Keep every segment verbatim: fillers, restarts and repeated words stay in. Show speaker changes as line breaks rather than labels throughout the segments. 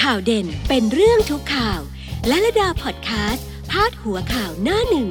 ข่าวเด่นเป็นเรื่องทุกข่าวและระดาพอดแคสต์พาดหัวข่าวหน้าหนึ่ง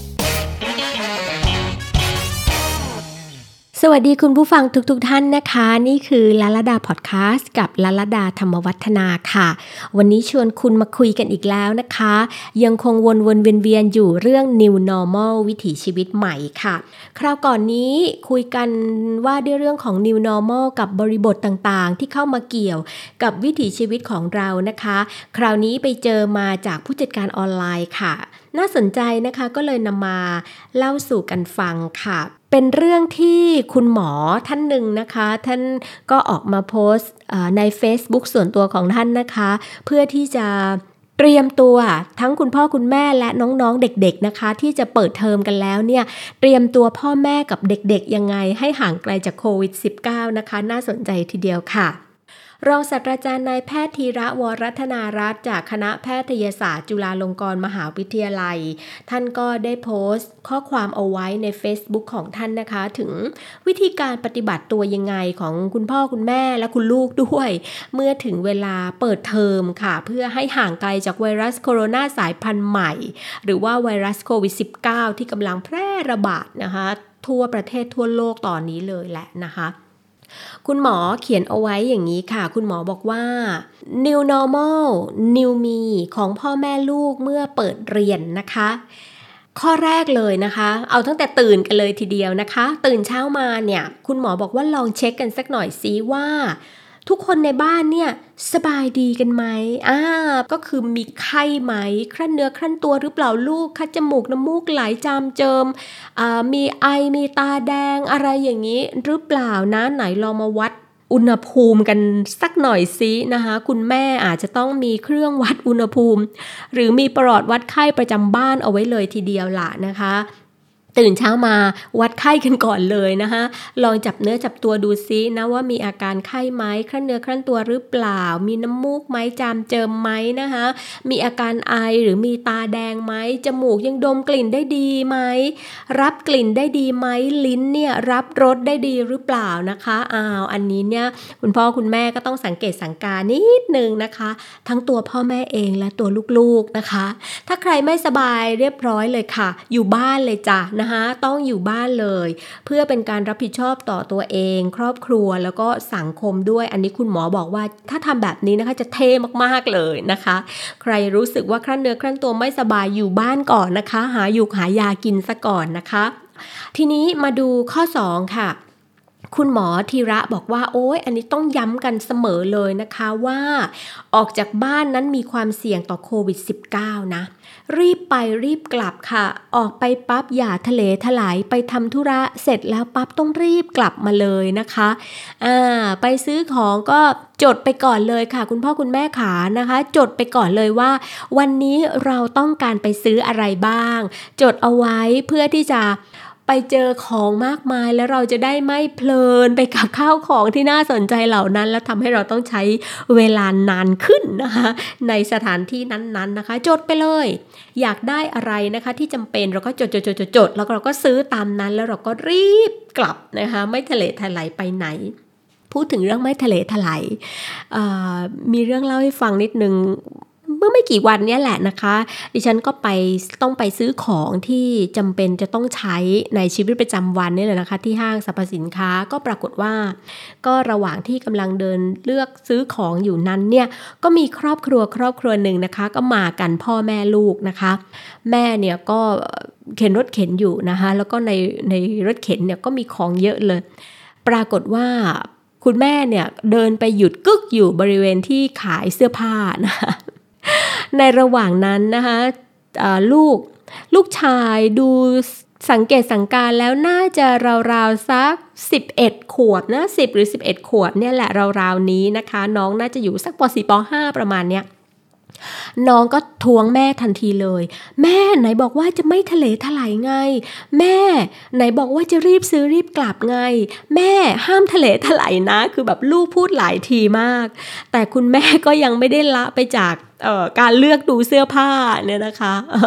สวัสดีคุณผู้ฟังทุกๆ ท่านนะคะนี่คือลลดาพอดแคสต์กับลลดาธรรมวัฒนาค่ะวันนี้ชวนคุณมาคุยกันอีกแล้วนะคะยังคงวนๆเวียนๆอยู่เรื่อง New Normal วิถีชีวิตใหม่ค่ะคราวก่อนนี้คุยกันว่าด้วยเรื่องของ New Normal กับบริบทต่างๆที่เข้ามาเกี่ยวกับวิถีชีวิตของเรานะคะคราวนี้ไปเจอมาจากผู้จัดการออนไลน์ค่ะน่าสนใจนะคะก็เลยนำมาเล่าสู่กันฟังค่ะเป็นเรื่องที่คุณหมอท่านหนึ่งนะคะท่านก็ออกมาโพสต์ใน Facebook ส่วนตัวของท่านนะคะเพื่อที่จะเตรียมตัวทั้งคุณพ่อคุณแม่และน้องๆเด็กๆนะคะที่จะเปิดเทอมกันแล้วเนี่ยเตรียมตัวพ่อแม่กับเด็กๆยังไงให้ห่างไกลจากโควิด สิบเก้า นะคะน่าสนใจทีเดียวค่ะรองศาสตราจารย์นายแพทย์ธีระวรัฒนารัตน์จากคณะแพทยศาสตร์จุฬาลงกรณ์มหาวิทยาลัยท่านก็ได้โพสต์ข้อความเอาไว้ใน Facebook ของท่านนะคะถึงวิธีการปฏิบัติตัวยังไงของคุณพ่อคุณแม่และคุณลูกด้วยเมื่อถึงเวลาเปิดเทอมค่ะเพื่อให้ห่างไกลจากไวรัสโคโรนาสายพันธุ์ใหม่หรือว่าไวรัสโควิด สิบเก้า ที่กำลังแพร่ระบาดนะคะทั่วประเทศทั่วโลกตอนนี้เลยแหละนะคะคุณหมอเขียนเอาไว้อย่างนี้ค่ะคุณหมอบอกว่า New Normal New Me ของพ่อแม่ลูกเมื่อเปิดเรียนนะคะข้อแรกเลยนะคะเอาตั้งแต่ตื่นกันเลยทีเดียวนะคะตื่นเช้ามาเนี่ยคุณหมอบอกว่าลองเช็คกันสักหน่อยซิว่าทุกคนในบ้านเนี่ยสบายดีกันไหมอ่าก็คือมีไข้ไหมครั่นเนื้อครั่นตัวหรือเปล่าลูกคัดจมูกน้ำมูกไหลจามเจิมอ่ามีไอมีตาแดงอะไรอย่างนี้หรือเปล่านะไหนลองมาวัดอุณหภูมิกันสักหน่อยซินะคะคุณแม่อาจจะต้องมีเครื่องวัดอุณหภูมิหรือมีประหลอดวัดไข้ประจำบ้านเอาไว้เลยทีเดียวล่ะนะคะตื่นเช้ามาวัดไข้กันก่อนเลยนะคะลองจับเนื้อจับตัวดูซินะว่ามีอาการไข้ไหมครั่นเนื้อครั่นตัวหรือเปล่ามีน้ำมูกไหมจามเจิมไหมนะคะมีอาการไอหรือมีตาแดงไหมจมูกยังดมกลิ่นได้ดีไหมรับกลิ่นได้ดีไหมลิ้นเนี่ยรับรสได้ดีหรือเปล่านะคะอ้าวอันนี้เนี่ยคุณพ่อคุณแม่ก็ต้องสังเกตสังการนิดนึงนะคะทั้งตัวพ่อแม่เองและตัวลูกๆนะคะถ้าใครไม่สบายเรียบร้อยเลยค่ะอยู่บ้านเลยจ้ะนะคะต้องอยู่บ้านเลยเพื่อเป็นการรับผิดชอบต่อตัวเองครอบครัวแล้วก็สังคมด้วยอันนี้คุณหมอบอกว่าถ้าทำแบบนี้นะคะจะเท่มากๆเลยนะคะใครรู้สึกว่าครั่นเนื้อครั่นตัวไม่สบายอยู่บ้านก่อนนะคะหาอยู่หายากินซะก่อนนะคะทีนี้มาดูข้อสองค่ะคุณหมอธีระบอกว่าโอ๊ยอันนี้ต้องย้ำกันเสมอเลยนะคะว่าออกจากบ้านนั้นมีความเสี่ยงต่อโควิด สิบเก้า นะรีบไปรีบกลับค่ะออกไปปั๊บอย่าทะเลถลายไปทำธุระเสร็จแล้วปั๊บต้องรีบกลับมาเลยนะคะอ่าไปซื้อของก็จดไปก่อนเลยค่ะคุณพ่อคุณแม่ขานะคะจดไปก่อนเลยว่าวันนี้เราต้องการไปซื้ออะไรบ้างจดเอาไว้เพื่อที่จะไปเจอของมากมายแล้วเราจะได้ไม่เพลินไปกับข้าวของที่น่าสนใจเหล่านั้นแล้วทำให้เราต้องใช้เวลานานขึ้นนะคะในสถานที่นั้นๆนะคะจดไปเลยอยากได้อะไรนะคะที่จำเป็นเราก็จดจดจดจดจดแล้วเราก็ซื้อตามนั้นแล้วเราก็รีบกลับนะคะไม่ทะเลทลายไปไหนพูดถึงเรื่องไม่ทะเลทลายมีเรื่องเล่าให้ฟังนิดนึงเมื่อไม่กี่วันนี้แหละนะคะดิฉันก็ไปต้องไปซื้อของที่จำเป็นจะต้องใช้ในชีวิตประจำวันนี่แหละนะคะที่ห้างสรรพสินค้าก็ปรากฏว่าก็ระหว่างที่กำลังเดินเลือกซื้อของอยู่นั้นเนี่ยก็มีครอบครัวครอบครัวหนึ่งนะคะก็มากันพ่อแม่ลูกนะคะแม่เนี่ยก็เข็นรถเข็นอยู่นะคะแล้วก็ในในรถเข็นเนี่ยก็มีของเยอะเลยปรากฏว่าคุณแม่เนี่ยเดินไปหยุดกึกอยู่บริเวณที่ขายเสื้อผ้านะคะในระหว่างนั้นนะคะลูกลูกชายดูสังเกตสังการแล้วน่าจะราวๆสักสิบเอ็ดขวบนะสิบหรือสิบเอ็ดขวบเนี่ยแหละราวๆนี้นะคะน้องน่าจะอยู่สักป.สี่ ป.ห้า ประมาณเนี้ยน้องก็ทวงแม่ทันทีเลยแม่ไหนบอกว่าจะไม่ทะเลถลายไงแม่ไหนบอกว่าจะรีบซื้อรีบกลับไงแม่ห้ามทะเลถลายนะคือแบบลูกพูดหลายทีมากแต่คุณแม่ก็ยังไม่ได้ละไปจากเอ่อการเลือกดูเสื้อผ้าเนี่ยนะคะ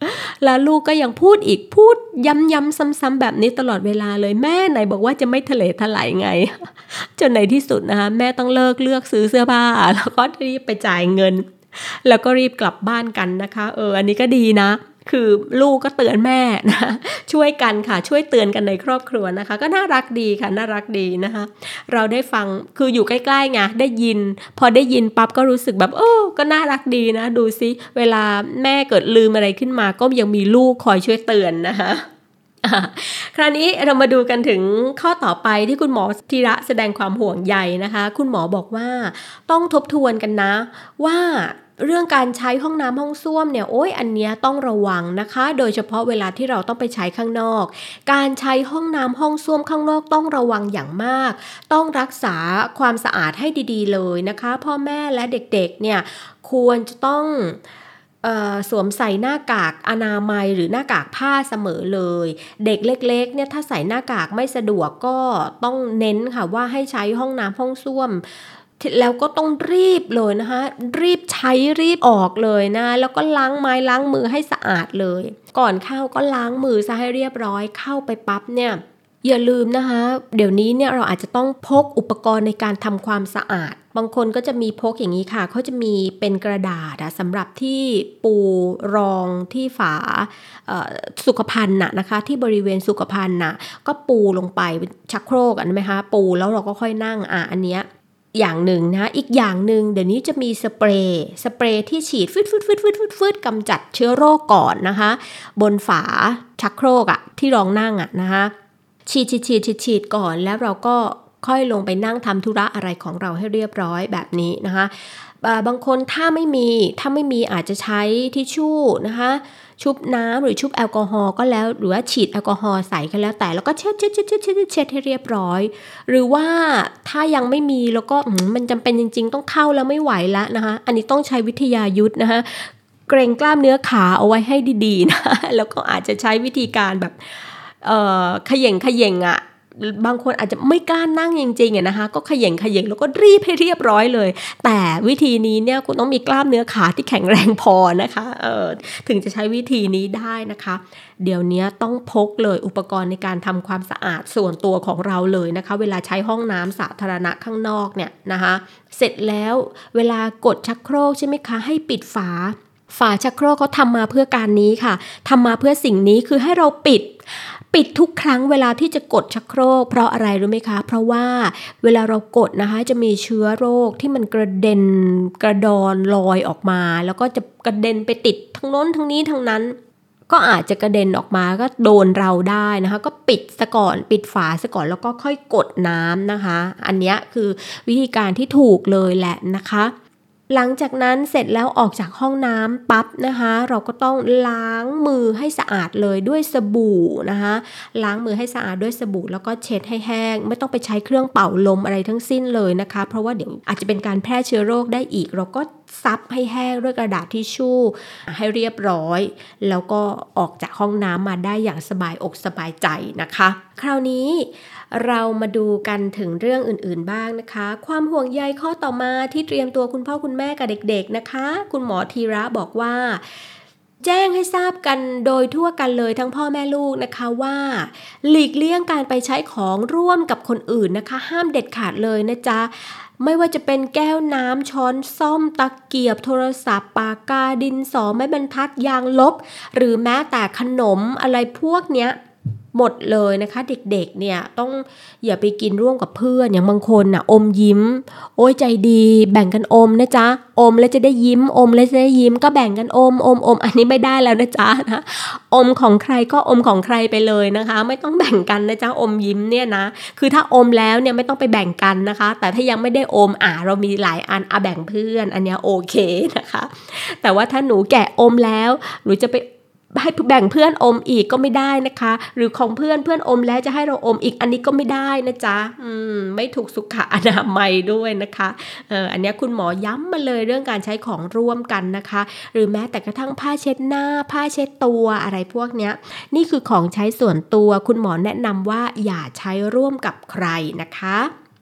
แล้วลูกก็ยังพูดอีกพูดย้ำๆซ้ำๆแบบนี้ตลอดเวลาเลยแม่ไหนบอกว่าจะไม่ทะเลทลายไงจนในที่สุดนะคะแม่ต้องเลิกเลือกซื้อเสื้อผ้าแล้วก็รีบไปจ่ายเงินแล้วก็รีบกลับบ้านกันนะคะเอออันนี้ก็ดีนะคือลูกก็เตือนแม่นะช่วยกันค่ะช่วยเตือนกันในครอบครัวนะคะก็น่ารักดีค่ะน่ารักดีนะคะเราได้ฟังคืออยู่ใกล้ๆไงได้ยินพอได้ยินปั๊บก็รู้สึกแบบเออก็น่ารักดีนะดูซิเวลาแม่เกิดลืมอะไรขึ้นมาก็ยังมีลูกคอยช่วยเตือนนะคะคราวนี้เรามาดูกันถึงข้อต่อไปที่คุณหมอธีระแสดงความห่วงใยนะคะคุณหมอบอกว่าต้องทบทวนกันนะว่าเรื่องการใช้ห้องน้ำห้องส้วมเนี่ยโอ้ยอันเนี้ยต้องระวังนะคะโดยเฉพาะเวลาที่เราต้องไปใช้ข้างนอกการใช้ห้องน้ำห้องส้วมข้างนอกต้องระวังอย่างมากต้องรักษาความสะอาดให้ดีๆเลยนะคะพ่อแม่และเด็กๆเนี่ยควรจะต้องสวมใส่หน้ากากอนามัยหรือหน้ากากผ้าเสมอเลยเด็กเล็กๆเนี่ยถ้าใส่หน้ากากไม่สะดวกก็ต้องเน้นค่ะว่าให้ใช้ห้องน้ำห้องส้วมแล้วก็ต้องรีบเลยนะคะรีบใช้รีบออกเลยนะแล้วก็ล้างไม้ล้างมือให้สะอาดเลยก่อนเข้าก็ล้างมือซะให้เรียบร้อยเข้าไปปั๊บเนี่ยอย่าลืมนะคะเดี๋ยวนี้เนี่ยเราอาจจะต้องพกอุปกรณ์ในการทำความสะอาดบางคนก็จะมีพกอย่างนี้ค่ะเขาจะมีเป็นกระดาษสำหรับที่ปูรองที่ฝาสุขภัณฑ์นะคะที่บริเวณสุขภัณฑ์นะก็ปูลงไปชักโครกอันไหมคะปูแล้วเราก็ค่อยนั่งอ่ะอันเนี้ยอย่างหนึ่งนะอีกอย่างหนึ่งเดี๋ยวนี้จะมีสเปรย์สเปรย์ที่ฉีดฟึดฟึดฟึดฟึดฟึดฟึดกำจัดเชื้อโรคก่อนนะคะบนฝาชักโครกอ่ะที่รองนั่งอ่ะนะคะฉีดฉีดฉีดฉีดฉีดก่อนแล้วเราก็ค่อยลงไปนั่งทำธุระอะไรของเราให้เรียบร้อยแบบนี้นะคะบางคนถ้าไม่มีถ้าไม่มีอาจจะใช้ทิชชู่นะคะชุบน้ำหรือชุบแอลกอฮอล์ก็แล้วหรือว่าฉีดแอลกอฮอล์ใส่ก็แล้วแต่แล้วก็เช็ดเช็ดเช็ดเช็ดเช็ดเช็ดให้เรียบร้อยหรือว่าถ้ายังไม่มีแล้วก็มันจำเป็นจริงๆต้องเข้าแล้วไม่ไหวแล้วนะคะอันนี้ต้องใช้วิทยายุทธนะคะเกรงกล้ามเนื้อขาเอาไว้ให้ดีๆนะแล้วก็อาจจะใช้วิธีการแบบเอ่อเขย่งเขย่งอ่ะบางคนอาจจะไม่กล้านั่งจริงๆนะคะก็เขย่งเขย่งแล้วก็รีบให้เรียบร้อยเลยแต่วิธีนี้เนี่ยคุณต้องมีกล้ามเนื้อขาที่แข็งแรงพอนะคะเออถึงจะใช้วิธีนี้ได้นะคะเดี๋ยวนี้ต้องพกเลยอุปกรณ์ในการทำความสะอาดส่วนตัวของเราเลยนะคะเวลาใช้ห้องน้ำสาธารณะข้างนอกเนี่ยนะคะเสร็จแล้วเวลากดชักโครกใช่ไหมคะให้ปิดฝาฝาชักโครกเขาทำมาเพื่อการนี้ค่ะทำมาเพื่อสิ่งนี้คือให้เราปิดปิดทุกครั้งเวลาที่จะกดชักโครกเพราะอะไรรู้ไหมคะเพราะว่าเวลาเรากดนะคะจะมีเชื้อโรคที่มันกระเด็นกระดอนลอยออกมาแล้วก็จะกระเด็นไปติดทั้งโน้นทั้งนี้ทั้งนั้นก็อาจจะกระเด็นออกมาก็โดนเราได้นะคะก็ปิดซะก่อนปิดฝาซะก่อนแล้วก็ค่อยกดน้ำนะคะอันนี้คือวิธีการที่ถูกเลยแหละนะคะหลังจากนั้นเสร็จแล้วออกจากห้องน้ำปั๊บนะคะเราก็ต้องล้างมือให้สะอาดเลยด้วยสบู่นะคะล้างมือให้สะอาดด้วยสบู่แล้วก็เช็ดให้แห้งไม่ต้องไปใช้เครื่องเป่าลมอะไรทั้งสิ้นเลยนะคะเพราะว่าเดี๋ยวอาจจะเป็นการแพร่เชื้อโรคได้อีกเราก็ซับให้แห้งด้วยกระดาษทิชชู่ให้เรียบร้อยแล้วก็ออกจากห้องน้ำมาได้อย่างสบายอกสบายใจนะคะคราวนี้เรามาดูกันถึงเรื่องอื่นๆบ้างนะคะความห่วงใยข้อต่อมาที่เตรียมตัวคุณพ่อคุณแม่กับเด็กๆนะคะคุณหมอธีระบอกว่าแจ้งให้ทราบกันโดยทั่วกันเลยทั้งพ่อแม่ลูกนะคะว่าหลีกเลี่ยงการไปใช้ของร่วมกับคนอื่นนะคะห้ามเด็ดขาดเลยนะจ๊ะไม่ว่าจะเป็นแก้วน้ำช้อนส้อมตะเกียบโทรศัพท์ปากกาดินสอไม้บรรทัดยางลบหรือแม้แต่ขนมอะไรพวกเนี้ยหมดเลยนะคะเด็กๆเนี่ยต้องอย่าไปกินร่วมกับเพื่อนอย่างบางคนน่ะอมยิ้มโอ้ยใจดีแบ่งกันอมนะจ๊ะอมแล้วจะได้ยิ้มอมแล้วจะได้ยิ้มก็แบ่งกันอมอมอมอันนี้ไม่ได้แล้วนะจ๊ะนะอมของใครก็อมของใครไปเลยนะคะไม่ต้องแบ่งกันนะจ๊ะอมยิ้มเนี่ยนะคือถ้าอมแล้วเนี่ยไม่ต้องไปแบ่งกันนะคะแต่ถ้ายังไม่ได้อมอ่ะเรามีหลายอันอ่ะแบ่งเพื่อนอันเนี้ยโอเคนะคะแต่ว่าถ้าหนูแกะอมแล้วหนูจะไปให้แบ่งเพื่อนอมอีกก็ไม่ได้นะคะหรือของเพื่อนเพื่อนอมแล้วจะให้เราอมอีกอันนี้ก็ไม่ได้นะจ๊ะอืมไม่ถูกสุขอนามัยด้วยนะคะเอ่ออันนี้คุณหมอย้ำมาเลยเรื่องการใช้ของร่วมกันนะคะหรือแม้แต่กระทั่งผ้าเช็ดหน้าผ้าเช็ดตัวอะไรพวกเนี้ยนี่คือของใช้ส่วนตัวคุณหมอแนะนำว่าอย่าใช้ร่วมกับใครนะคะ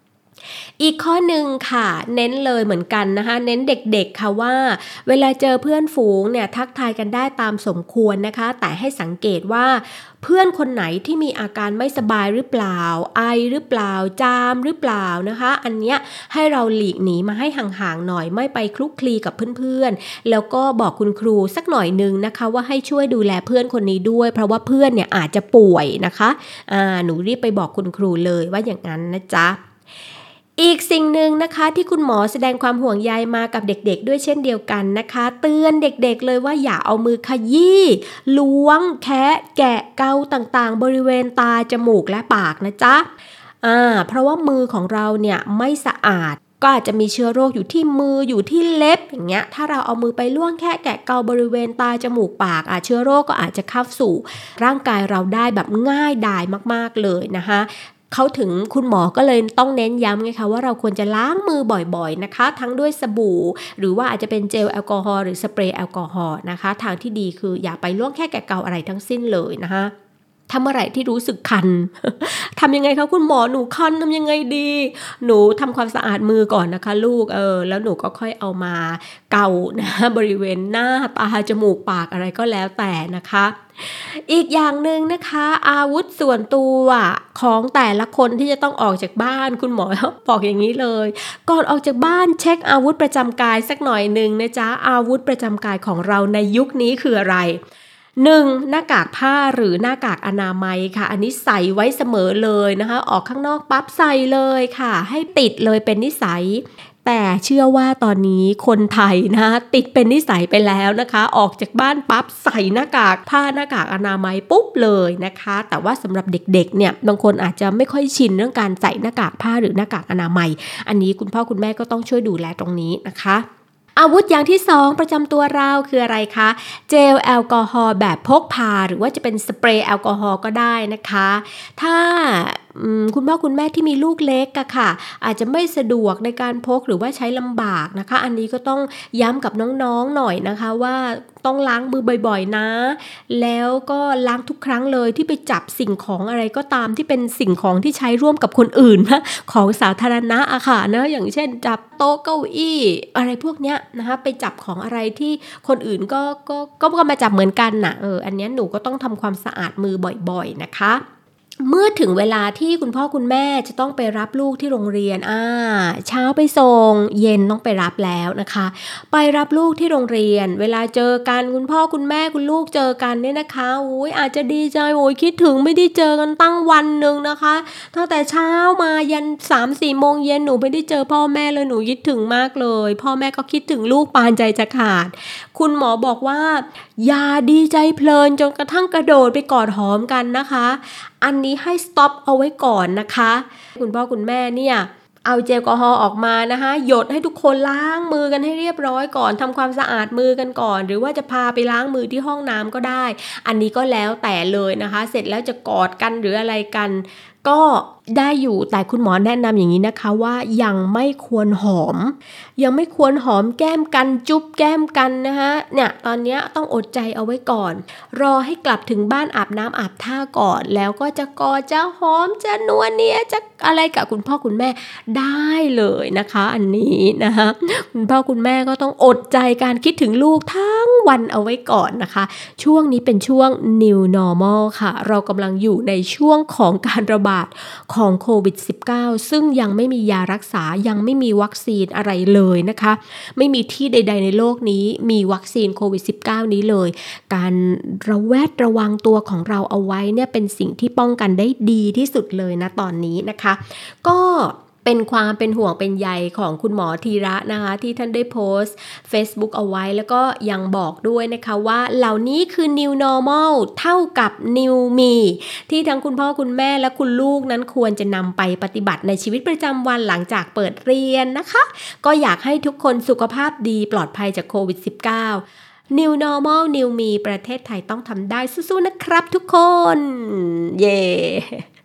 อีกข้อหนึ่งค่ะเน้นเลยเหมือนกันนะคะเน้นเด็กๆค่ะว่าเวลาเจอเพื่อนฝูงเนี่ยทักทายกันได้ตามสมควรนะคะแต่ให้สังเกตว่าเพื่อนคนไหนที่มีอาการไม่สบายหรือเปล่าไอหรือเปล่าจามหรือเปล่านะคะอันเนี้ยให้เราหลีกหนีมาให้ห่างๆหน่อยไม่ไปคลุกคลีกับเพื่อนๆแล้วก็บอกคุณครูสักหน่อยนึงนะคะว่าให้ช่วยดูแลเพื่อนคนนี้ด้วยเพราะว่าเพื่อนเนี่ยอาจจะป่วยนะคะอ่าหนูรีบไปบอกคุณครูเลยว่าอย่างนั้นนะจ๊ะอีกสิ่งหนึ่งนะคะที่คุณหมอแสดงความห่วงใยมากับเด็กๆด้วยเช่นเดียวกันนะคะเตือนเด็กๆเลยว่าอย่าเอามือขยี้ล้วงแคะแกะเกาต่างๆบริเวณตาจมูกและปากนะจ๊ะอ่าเพราะว่ามือของเราเนี่ยไม่สะอาดก็อาจจะมีเชื้อโรคอยู่ที่มืออยู่ที่เล็บอย่างเงี้ยถ้าเราเอามือไปล้วงแคะแกะเกาบริเวณตาจมูกปากอ่ะเชื้อโรคก็อาจจะเข้าสู่ร่างกายเราได้แบบง่ายดายมากๆเลยนะคะเขาถึงคุณหมอก็เลยต้องเน้นย้ำไงคะว่าเราควรจะล้างมือบ่อยๆนะคะทั้งด้วยสบู่หรือว่าอาจจะเป็นเจลแอลกอฮอล์หรือสเปรย์แอลกอฮอล์นะคะทางที่ดีคืออย่าไปล้วงแค่แกะเกาอะไรทั้งสิ้นเลยนะคะทำอะไรที่รู้สึกคัน ทำยังไงคะคุณหมอหนูคันทำยังไงดีหนูทำความสะอาดมือก่อนนะคะลูกเออแล้วหนูก็ค่อยเอามาเกานะบริเวณหน้าตาจมูกปากอะไรก็แล้วแต่นะคะอีกอย่างหนึ่งนะคะอาวุธส่วนตัวของแต่ละคนที่จะต้องออกจากบ้านคุณหมอบอกอย่างนี้เลยก่อนออกจากบ้านเช็คอาวุธประจำกายสักหน่อยหนึ่งนะจ๊ะอาวุธประจำกายของเราในยุคนี้คืออะไรหนึ่งหน้ากากผ้าหรือหน้ากากอนามัยค่ะอันนี้ใส่ไว้เสมอเลยนะคะออกข้างนอกปั๊บใส่เลยค่ะให้ติดเลยเป็นนิสัยแต่เชื่อว่าตอนนี้คนไทยนะติดเป็นนิสัยไปแล้วนะคะออกจากบ้านปั๊บใส่หน้ากากผ้าหน้ากากอนามัยปุ๊บเลยนะคะแต่ว่าสำหรับเด็กๆเนี่ยบางคนอาจจะไม่ค่อยชินเรื่องการใส่หน้ากากผ้าหรือหน้ากากอนามัยอันนี้คุณพ่อคุณแม่ก็ต้องช่วยดูแลตรงนี้นะคะอาวุธอย่างที่สองประจำตัวเราคืออะไรคะเจลแอลกอฮอล์แบบพกพาหรือว่าจะเป็นสเปรย์แอลกอฮอล์ก็ได้นะคะถ้าคุณพ่อคุณแม่ที่มีลูกเล็กอะค่ะอาจจะไม่สะดวกในการพกหรือว่าใช้ลำบากนะคะอันนี้ก็ต้องย้ำกับน้องๆหน่อยนะคะว่าต้องล้างมือบ่อยๆนะแล้วก็ล้างทุกครั้งเลยที่ไปจับสิ่งของอะไรก็ตามที่เป็นสิ่งของที่ใช้ร่วมกับคนอื่นนะของสาธารณะอะค่ะนะอย่างเช่นจับโต๊ะเก้าอี้อะไรพวกเนี้ยนะคะไปจับของอะไรที่คนอื่นก็ก็ก็ก็มาจับเหมือนกันนะเอออันนี้หนูก็ต้องทำความสะอาดมือบ่อยๆนะคะเมื่อถึงเวลาที่คุณพ่อคุณแม่จะต้องไปรับลูกที่โรงเรียนอ่าเช้าไปส่งเย็นต้องไปรับแล้วนะคะไปรับลูกที่โรงเรียนเวลาเจอกันคุณพ่อคุณแม่คุณลูกเจอกันเนี่ยนะคะโอ้ยอาจจะดีใจโอ้ยคิดถึงไม่ได้เจอกันตั้งวันนึงนะคะตั้งแต่เช้ามายัน สามสี่ โมงเย็นหนูไม่ได้เจอพ่อแม่เลยหนูคิดถึงมากเลยพ่อแม่ก็คิดถึงลูกปานใจจะขาดคุณหมอบอกว่าอย่าดีใจเพลินจนกระทั่งกระโดดไปกอดหอมกันนะคะอันนี้ให้สต็อปเอาไว้ก่อนนะคะคุณพ่อคุณแม่เนี่ยเอาเจลแอลกอฮอล์ออกมานะคะหยดให้ทุกคนล้างมือกันให้เรียบร้อยก่อนทำความสะอาดมือกันก่อนหรือว่าจะพาไปล้างมือที่ห้องน้ำก็ได้อันนี้ก็แล้วแต่เลยนะคะเสร็จแล้วจะกอดกันหรืออะไรกันก็ได้อยู่แต่คุณหมอแนะนำอย่างนี้นะคะว่ายังไม่ควรหอมยังไม่ควรหอมแก้มกันจุ๊บแก้มกันนะคะเนี่ยตอนนี้ต้องอดใจเอาไว้ก่อนรอให้กลับถึงบ้านอาบน้ำอาบท่าก่อนแล้วก็จะกอดจะหอมจะนัวเนียจะอะไรกับคุณพ่อคุณแม่ได้เลยนะคะอันนี้นะคะคุณพ่อคุณแม่ก็ต้องอดใจการคิดถึงลูกทั้งวันเอาไว้ก่อนนะคะช่วงนี้เป็นช่วง New Normal ค่ะเรากำลังอยู่ในช่วงของการระบาดของโควิด สิบเก้า ซึ่งยังไม่มียารักษายังไม่มีวัคซีนอะไรเลยนะคะไม่มีที่ใดๆในโลกนี้มีวัคซีนโควิด สิบเก้า นี้เลยการระแวดระวังตัวของเราเอาไว้เนี่ยเป็นสิ่งที่ป้องกันได้ดีที่สุดเลยนะตอนนี้นะคะก็เป็นความเป็นห่วงเป็นใยของคุณหมอธีระนะคะที่ท่านได้โพสต์ Facebook เอาไว้แล้วก็ยังบอกด้วยนะคะว่าเหล่านี้คือ New Normal เท่ากับ New Me ที่ทั้งคุณพ่อคุณแม่และคุณลูกนั้นควรจะนำไปปฏิบัติในชีวิตประจำวันหลังจากเปิดเรียนนะคะก็อยากให้ทุกคนสุขภาพดีปลอดภัยจากโควิด สิบเก้า New Normal New Me ประเทศไทยต้องทำได้สู้ๆนะครับทุกคนเย้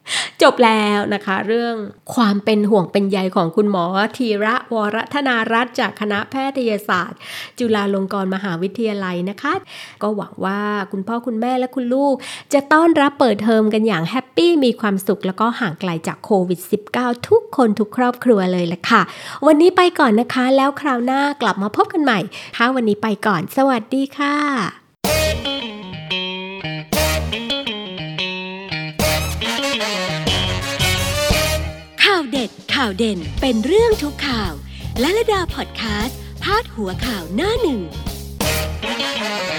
จบแล้วนะคะเรื่องความเป็นห่วงเป็นใยของคุณหมอธีระวรธนารัตน์จากคณะแพทยศาสตร์จุฬาลงกรณ์มหาวิทยาลัยนะคะก็หวังว่าคุณพ่อคุณแม่และคุณลูกจะต้อนรับเปิดเทอมกันอย่างแฮปปี้มีความสุขแล้วก็ห่างไกลจากโควิด สิบเก้า ทุกคนทุกครอบครัวเลยละค่ะวันนี้ไปก่อนนะคะแล้วคราวหน้ากลับมาพบกันใหม่ค่ะวันนี้ไปก่อนสวัสดีค่ะ
ข่าวเด็ดข่าวเด่นเป็นเรื่องทุกข่าวและละดาพอดแคสต์พาดหัวข่าวหน้าหนึ่ง